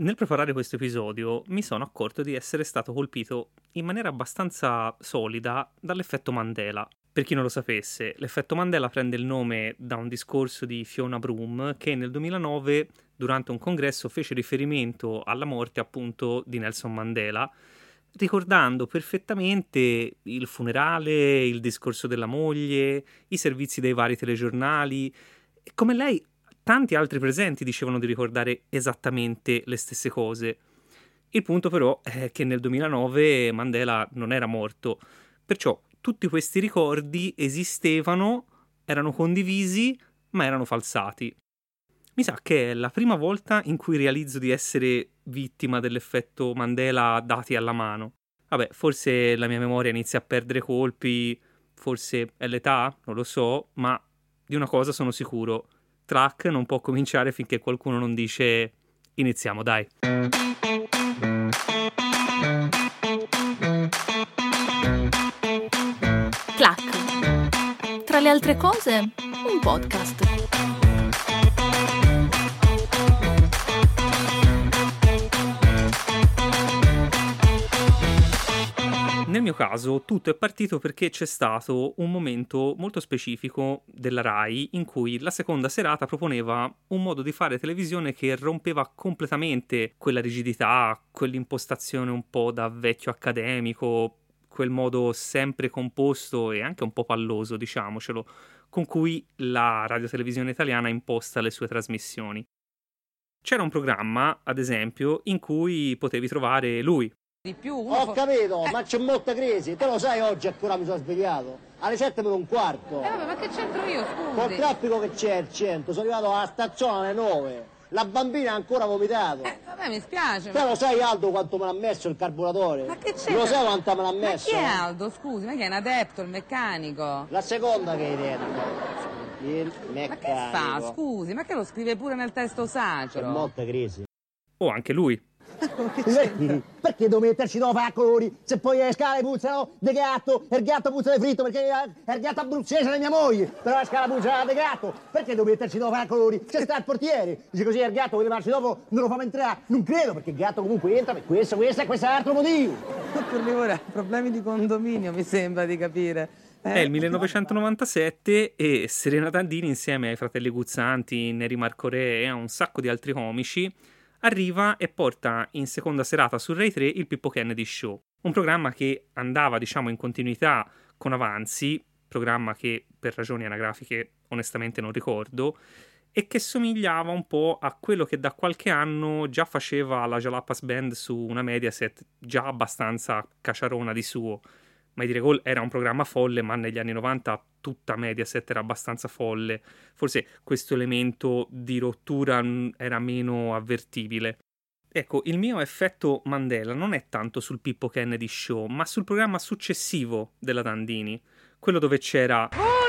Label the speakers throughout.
Speaker 1: Nel preparare questo episodio mi sono accorto di essere stato colpito in maniera abbastanza solida dall'effetto Mandela. Per chi non lo sapesse, l'effetto Mandela prende il nome da un discorso di Fiona Broome che nel 2009, durante un congresso, fece riferimento alla morte appunto di Nelson Mandela, ricordando perfettamente il funerale, il discorso della moglie, i servizi dei vari telegiornali. E come lei, tanti altri presenti dicevano di ricordare esattamente le stesse cose. Il punto però è che nel 2009 Mandela non era morto, perciò tutti questi ricordi esistevano, erano condivisi, ma erano falsati. Mi sa che è la prima volta in cui realizzo di essere vittima dell'effetto Mandela dati alla mano. Vabbè, forse la mia memoria inizia a perdere colpi, forse è l'età, non lo so, ma di una cosa sono sicuro. Track non può cominciare finché qualcuno non dice iniziamo, dai.
Speaker 2: Clack. Tra le altre cose, un podcast.
Speaker 1: Nel mio caso tutto è partito perché c'è stato un momento molto specifico della Rai in cui la seconda serata proponeva un modo di fare televisione che rompeva completamente quella rigidità, quell'impostazione un po' da vecchio accademico, quel modo sempre composto e anche un po' palloso, diciamocelo, con cui la radiotelevisione italiana imposta le sue trasmissioni. C'era un programma, ad esempio, in cui potevi trovare lui.
Speaker 3: Di più,
Speaker 4: Ho capito, ma c'è molta crisi. Te lo sai oggi a che ora mi sono svegliato? Alle 7:15.
Speaker 3: Vabbè, ma che c'entro io,
Speaker 4: Col
Speaker 3: scusi?
Speaker 4: traffico che c'è al centro, sono arrivato alla stazione alle 9. La bambina ha ancora vomitato.
Speaker 3: Vabbè, mi spiace.
Speaker 4: Te lo sai Aldo quanto me l'ha messo il carburatore?
Speaker 3: Ma che c'è?
Speaker 4: Lo sai quanto me l'ha
Speaker 3: Ma
Speaker 4: messo?
Speaker 3: chi è Aldo, scusi? Ma chi è un adepto, il meccanico?
Speaker 4: La seconda che hai detto. Il
Speaker 3: Ma che fa,
Speaker 4: meccanico.
Speaker 3: scusi? Ma che lo scrive pure nel testo
Speaker 4: C'è
Speaker 3: sacro?
Speaker 4: molta crisi.
Speaker 1: O anche lui.
Speaker 4: Perché devo metterci dopo a colori? Se poi le scale puzzano di gatto, e il gatto puzza di fritto, perché è il gatto abruzzese di mia moglie, però la scala puzza di gatto, perché devo metterci dopo a colori? C'è sta il portiere, dice così il gatto vuole farci dopo, non lo fa entrare, non credo, perché il gatto comunque entra per questo e questo è altro motivo.
Speaker 3: Per Livore, problemi di condominio, mi sembra di capire.
Speaker 1: È il 1997 e Serena Tandini, insieme ai fratelli Guzzanti, Neri Marcorè e a un sacco di altri comici, arriva e porta in seconda serata su Rai 3 il Pippo Kennedy Show. Un programma che andava, diciamo, in continuità con Avanzi, programma che per ragioni anagrafiche onestamente non ricordo, e che somigliava un po' a quello che da qualche anno già faceva la Jalapas Band su una Mediaset, già abbastanza caciarona di suo. Mai dire Gol era un programma folle, ma negli anni 90 tutta Mediaset era abbastanza folle. Forse questo elemento di rottura era meno avvertibile. Ecco, il mio effetto Mandela non è tanto sul Pippo Kennedy Show, ma sul programma successivo della Tandini, quello dove c'era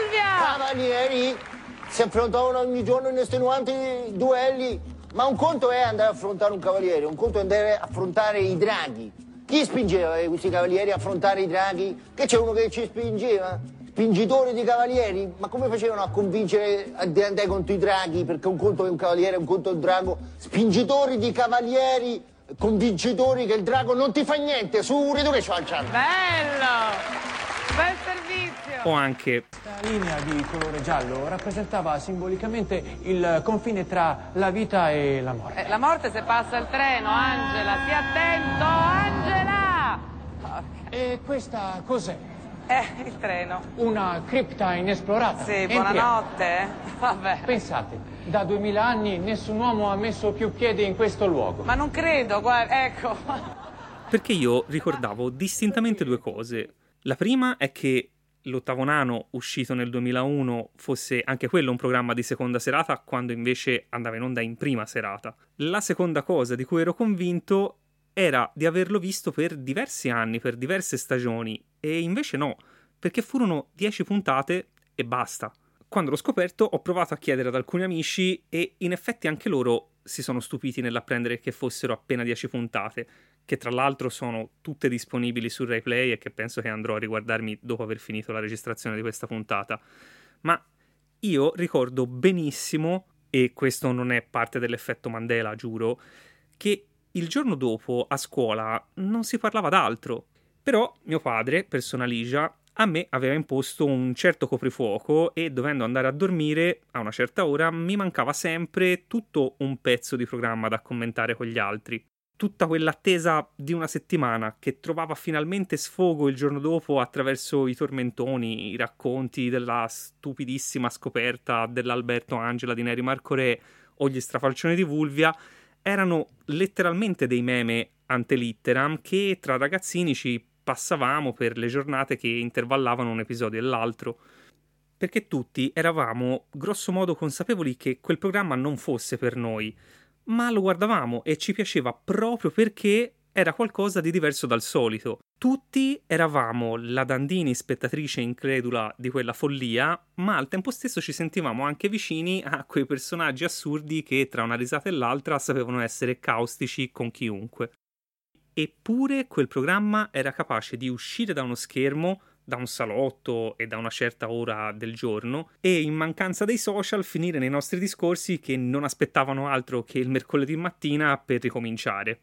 Speaker 4: Cavalieri si affrontavano ogni giorno in estenuanti duelli, ma un conto è andare a affrontare un cavaliere, un conto è andare a affrontare i draghi. Chi spingeva questi cavalieri a affrontare i draghi? Che c'è uno che ci spingeva? Spingitori di cavalieri? Ma come facevano a convincere di andare contro i draghi? Perché un conto è un cavaliere, un conto è un drago. Spingitori di cavalieri, convincitori che il drago non ti fa niente. Su, vedo che c'ho alzato.
Speaker 3: Bello! Bel servizio!
Speaker 1: o anche
Speaker 5: La linea di colore giallo rappresentava simbolicamente il confine tra la vita e la morte.
Speaker 3: La morte se passa il treno, Angela, stia attento, Angela!
Speaker 5: E questa cos'è?
Speaker 3: Il treno.
Speaker 5: Una cripta inesplorata.
Speaker 3: Sì,
Speaker 5: Entriamo.
Speaker 3: buonanotte. Vabbè.
Speaker 5: Pensate, da 2000 anni nessun uomo ha messo più piede in questo luogo.
Speaker 3: Ma non credo, guarda, ecco.
Speaker 1: perché io ricordavo distintamente due cose. La prima è che l'Ottavo Nano, uscito nel 2001, fosse anche quello un programma di seconda serata, quando invece andava in onda in prima serata. La seconda cosa di cui ero convinto era di averlo visto per diversi anni, per diverse stagioni, e invece no, perché furono 10 puntate e basta. Quando l'ho scoperto ho provato a chiedere ad alcuni amici e in effetti anche loro si sono stupiti nell'apprendere che fossero appena 10 puntate, che tra l'altro sono tutte disponibili su Rai Play e che penso che andrò a riguardarmi dopo aver finito la registrazione di questa puntata. Ma io ricordo benissimo, e questo non è parte dell'effetto Mandela, giuro, che Il giorno dopo, a scuola, non si parlava d'altro. Però mio padre, persona ligia, a me aveva imposto un certo coprifuoco e dovendo andare a dormire a una certa ora mi mancava sempre tutto un pezzo di programma da commentare con gli altri. Tutta quell'attesa di una settimana che trovava finalmente sfogo il giorno dopo attraverso i tormentoni, i racconti della stupidissima scoperta dell'Alberto Angela di Neri Marco Re o gli strafalcioni di Vulvia, erano letteralmente dei meme ante litteram che tra ragazzini ci passavamo per le giornate che intervallavano un episodio e l'altro, perché tutti eravamo grosso modo consapevoli che quel programma non fosse per noi, ma lo guardavamo e ci piaceva proprio perché era qualcosa di diverso dal solito. Tutti eravamo la Dandini spettatrice incredula di quella follia, ma al tempo stesso ci sentivamo anche vicini a quei personaggi assurdi che tra una risata e l'altra sapevano essere caustici con chiunque. Eppure quel programma era capace di uscire da uno schermo, da un salotto e da una certa ora del giorno e in mancanza dei social finire nei nostri discorsi che non aspettavano altro che il mercoledì mattina per ricominciare.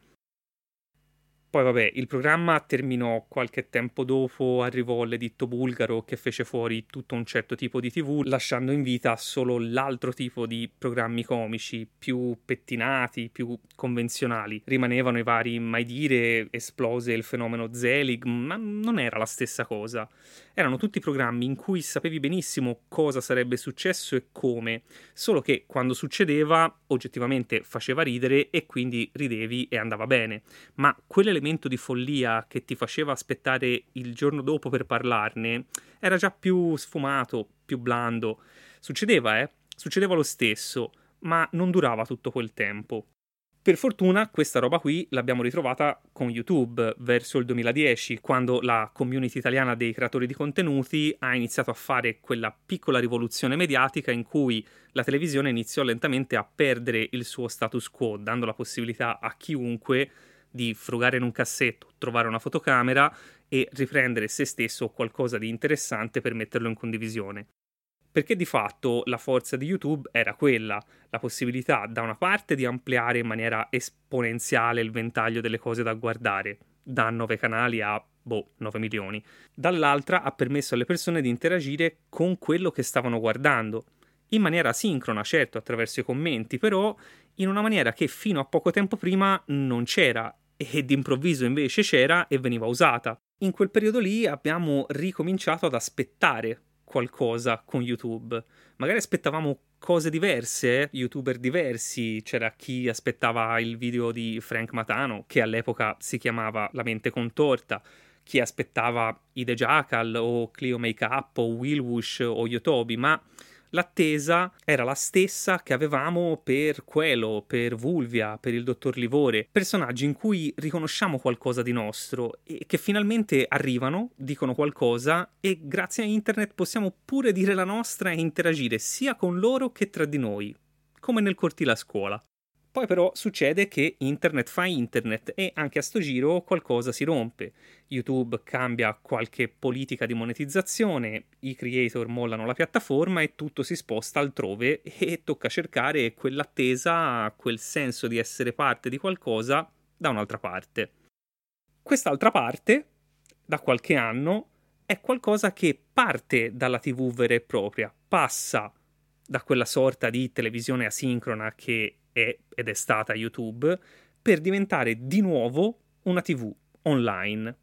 Speaker 1: Poi vabbè, il programma terminò qualche tempo dopo, arrivò l'editto bulgaro che fece fuori tutto un certo tipo di TV, lasciando in vita solo l'altro tipo di programmi comici, più pettinati, più convenzionali. Rimanevano i vari Mai Dire, esplose il fenomeno Zelig, ma non era la stessa cosa. Erano tutti programmi in cui sapevi benissimo cosa sarebbe successo e come, solo che quando succedeva oggettivamente faceva ridere e quindi ridevi e andava bene. Ma quell'elemento di follia che ti faceva aspettare il giorno dopo per parlarne era già più sfumato, più blando. Succedeva lo stesso, ma non durava tutto quel tempo. Per fortuna questa roba qui l'abbiamo ritrovata con YouTube verso il 2010, quando la community italiana dei creatori di contenuti ha iniziato a fare quella piccola rivoluzione mediatica in cui la televisione iniziò lentamente a perdere il suo status quo, dando la possibilità a chiunque di frugare in un cassetto, trovare una fotocamera e riprendere se stesso qualcosa di interessante per metterlo in condivisione. Perché di fatto la forza di YouTube era quella, la possibilità da una parte di ampliare in maniera esponenziale il ventaglio delle cose da guardare, da 9 canali a 9 milioni, dall'altra ha permesso alle persone di interagire con quello che stavano guardando, in maniera asincrona, certo, attraverso i commenti, però in una maniera che fino a poco tempo prima non c'era e d'improvviso invece c'era e veniva usata. In quel periodo lì abbiamo ricominciato ad aspettare qualcosa con YouTube. Magari aspettavamo cose diverse, youtuber diversi. C'era chi aspettava il video di Frank Matano, che all'epoca si chiamava La mente contorta, chi aspettava i The Jackal o Clio Makeup o Willwush o Yotobi, ma l'attesa era la stessa che avevamo per Quello, per Vulvia, per il Dottor Livore, personaggi in cui riconosciamo qualcosa di nostro e che finalmente arrivano, dicono qualcosa e grazie a internet possiamo pure dire la nostra e interagire sia con loro che tra di noi, come nel cortile a scuola. Poi però succede che internet fa internet e anche a sto giro qualcosa si rompe. YouTube cambia qualche politica di monetizzazione, i creator mollano la piattaforma e tutto si sposta altrove e tocca cercare quell'attesa, quel senso di essere parte di qualcosa da un'altra parte. Quest'altra parte, da qualche anno, è qualcosa che parte dalla TV vera e propria, passa da quella sorta di televisione asincrona che è ed è stata YouTube, per diventare di nuovo una TV online.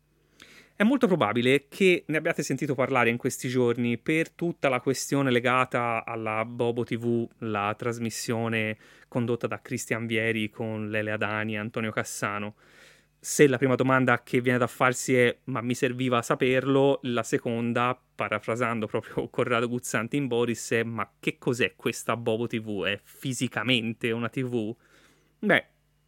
Speaker 1: È molto probabile che ne abbiate sentito parlare in questi giorni per tutta la questione legata alla Bobo TV, la trasmissione condotta da Christian Vieri con Lele Adani e Antonio Cassano. Se la prima domanda che viene da farsi è ma mi serviva saperlo, la seconda, parafrasando proprio Corrado Guzzanti in Boris, è ma che cos'è questa Bobo TV? È fisicamente una TV? Beh,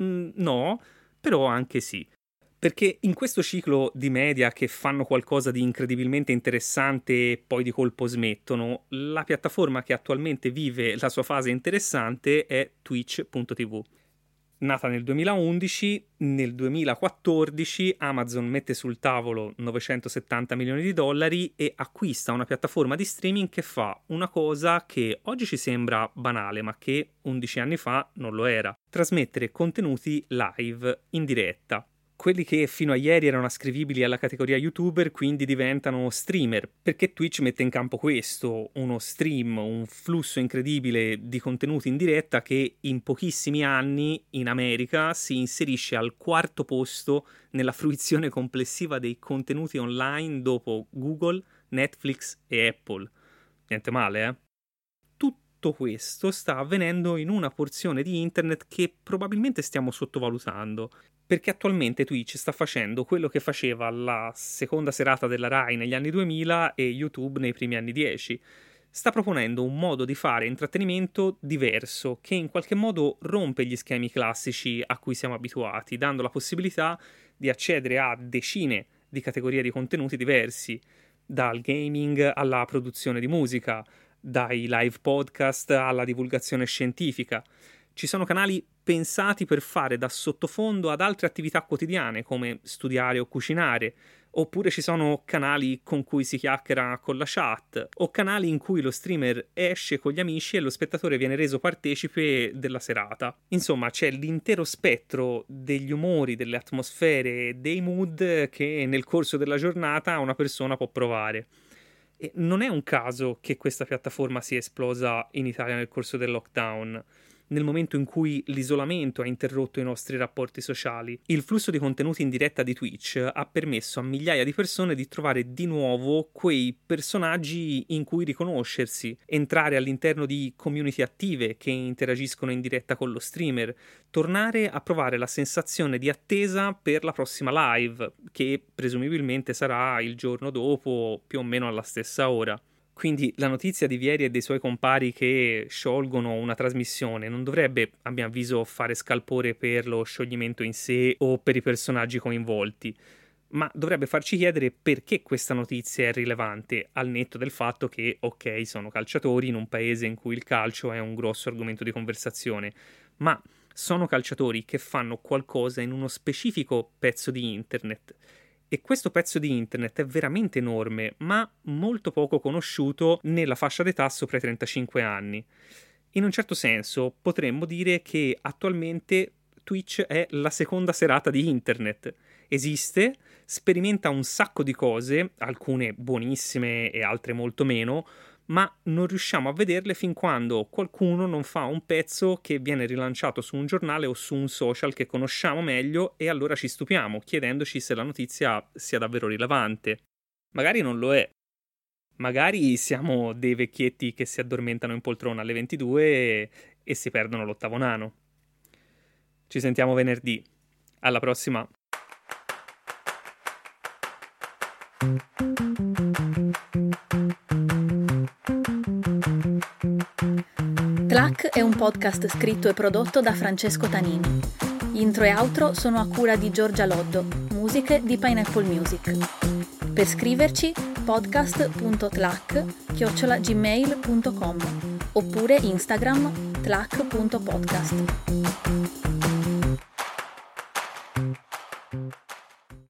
Speaker 1: no, però anche sì. Perché in questo ciclo di media che fanno qualcosa di incredibilmente interessante e poi di colpo smettono, la piattaforma che attualmente vive la sua fase interessante è Twitch.tv. Nata nel 2011, nel 2014 Amazon mette sul tavolo $970 milioni e acquista una piattaforma di streaming che fa una cosa che oggi ci sembra banale, ma che 11 anni fa non lo era: trasmettere contenuti live in diretta. Quelli che fino a ieri erano ascrivibili alla categoria YouTuber quindi diventano streamer, perché Twitch mette in campo questo, uno stream, un flusso incredibile di contenuti in diretta che in pochissimi anni in America si inserisce al 4º posto nella fruizione complessiva dei contenuti online dopo Google, Netflix e Apple. Niente male, eh? Tutto questo sta avvenendo in una porzione di internet che probabilmente stiamo sottovalutando, perché attualmente Twitch sta facendo quello che faceva la seconda serata della Rai negli anni 2000 e YouTube nei primi anni 10. Sta proponendo un modo di fare intrattenimento diverso, che in qualche modo rompe gli schemi classici a cui siamo abituati, dando la possibilità di accedere a decine di categorie di contenuti diversi, dal gaming alla produzione di musica, dai live podcast alla divulgazione scientifica. Ci sono canali pensati per fare da sottofondo ad altre attività quotidiane come studiare o cucinare, oppure ci sono canali con cui si chiacchiera con la chat, o canali in cui lo streamer esce con gli amici e lo spettatore viene reso partecipe della serata. Insomma, c'è l'intero spettro degli umori, delle atmosfere, dei mood che nel corso della giornata una persona può provare. E non è un caso che questa piattaforma sia esplosa in Italia nel corso del lockdown, nel momento in cui l'isolamento ha interrotto i nostri rapporti sociali. Il flusso di contenuti in diretta di Twitch ha permesso a migliaia di persone di trovare di nuovo quei personaggi in cui riconoscersi, entrare all'interno di community attive che interagiscono in diretta con lo streamer, tornare a provare la sensazione di attesa per la prossima live, che presumibilmente sarà il giorno dopo, più o meno alla stessa ora. Quindi la notizia di Vieri e dei suoi compari che sciolgono una trasmissione non dovrebbe, a mio avviso, fare scalpore per lo scioglimento in sé o per i personaggi coinvolti, ma dovrebbe farci chiedere perché questa notizia è rilevante, al netto del fatto che, ok, sono calciatori in un paese in cui il calcio è un grosso argomento di conversazione, ma sono calciatori che fanno qualcosa in uno specifico pezzo di internet. E questo pezzo di internet è veramente enorme, ma molto poco conosciuto nella fascia d'età sopra i 35 anni. In un certo senso potremmo dire che attualmente Twitch è la seconda serata di internet. Esiste, sperimenta un sacco di cose, alcune buonissime e altre molto meno, ma non riusciamo a vederle fin quando qualcuno non fa un pezzo che viene rilanciato su un giornale o su un social che conosciamo meglio e allora ci stupiamo, chiedendoci se la notizia sia davvero rilevante. Magari non lo è. Magari siamo dei vecchietti che si addormentano in poltrona alle 22 e si perdono l'ottavo nano. Ci sentiamo venerdì. Alla prossima.
Speaker 2: Tlac è un podcast scritto e prodotto da Francesco Tanini. Intro e outro sono a cura di Giorgia Loddo, musiche di Pineapple Music. Per scriverci podcast.tlac@gmail.com oppure Instagram tlac.podcast.